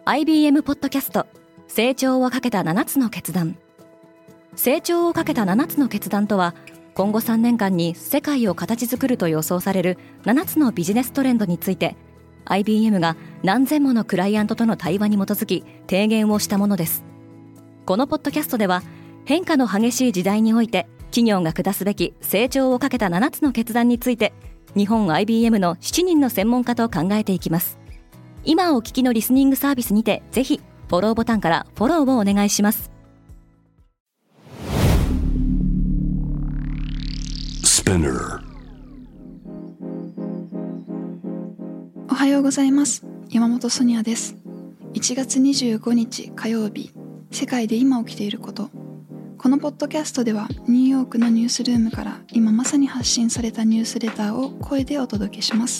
IBM ポッドキャスト成長をかけた7つの決断。成長をかけた7つの決断とは、今後3年間に世界を形作ると予想される7つのビジネストレンドについて IBM が何千ものクライアントとの対話に基づき提言をしたものです。このポッドキャストでは、変化の激しい時代において企業が下すべき成長をかけた7つの決断について、日本 IBM の7人の専門家と考えていきます。今お聞きのリスニングサービスにて、ぜひフォローボタンからフォローをお願いします。 おはようございます。山本ソニアです。1月25日火曜日、世界で今起きていること。このポッドキャストでは、ニューヨークのニュースルームから今まさに発信されたニュースレターを声でお届けします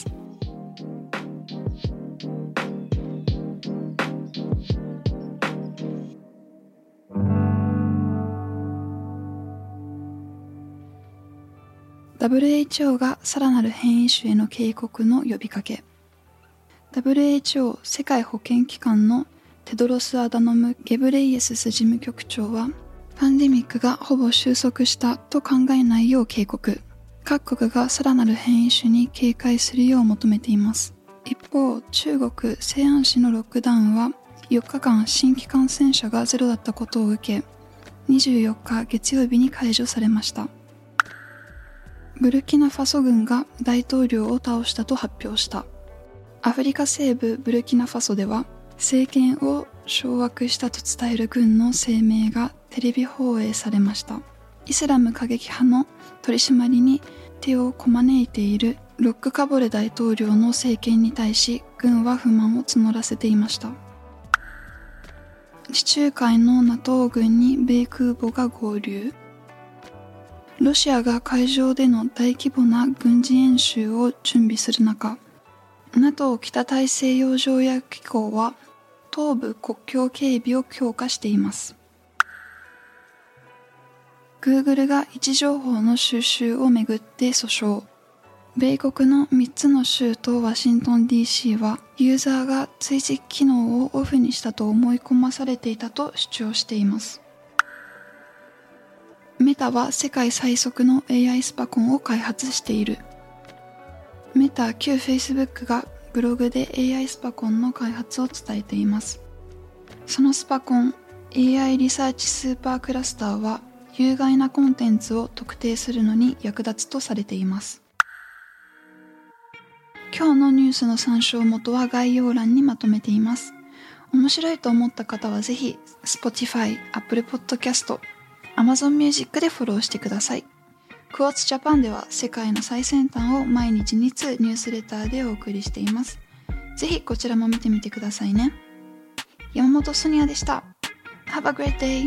。WHO がさらなる変異種への警告の呼びかけ。WHO 世界保健機関のテドロス・アダノム・ゲブレイエスス事務局長は、パンデミックがほぼ収束したと考えないよう警告。各国がさらなる変異種に警戒するよう求めています。一方、中国西安市のロックダウンは4日間新規感染者がゼロだったことを受け、24日月曜日に解除されました。ブルキナファソ軍が大統領を倒したと発表した。アフリカ西部ブルキナファソでは、政権を掌握したと伝える軍の声明がテレビ放映されました。イスラム過激派の取り締まりに手をこまねいているロックカボレ大統領の政権に対し、軍は不満を募らせていました。地中海の NATO 軍に米空母が合流。ロシアが海上での大規模な軍事演習を準備する中、NATO 北大西洋条約機構は東部国境警備を強化しています。Google が位置情報の収集をめぐって訴訟。米国の3つの州とワシントン DC は、ユーザーが追跡機能をオフにしたと思い込まされていたと主張しています。メタは世界最速の AI スパコンを開発している。メタ旧 Facebook がブログで AI スパコンの開発を伝えています。そのスパコン AI リサーチスーパークラスターは、有害なコンテンツを特定するのに役立つとされています。今日のニュースの参照元は概要欄にまとめています。面白いと思った方はぜひ Spotify、Apple Podcast、Amazon Music でフォローしてください。クォーツジャパンでは世界の最先端を毎日2通ニュースレターでお送りしています。ぜひこちらも見てみてくださいね。山本ソニアでした。Have a great day!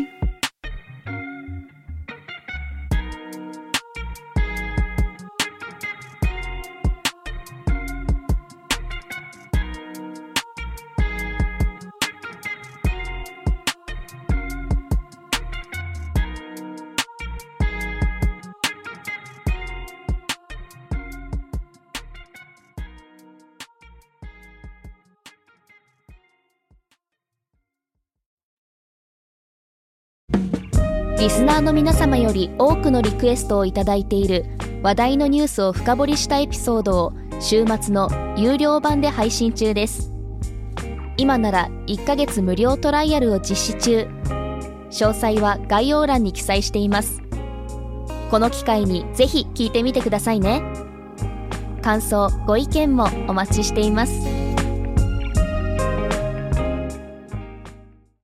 リスナーの皆様より多くのリクエストをいただいている話題のニュースを深掘りしたエピソードを週末の有料版で配信中です。今なら1ヶ月無料トライアルを実施中。詳細は概要欄に記載しています。この機会にぜひ聞いてみてくださいね。感想、ご意見もお待ちしています。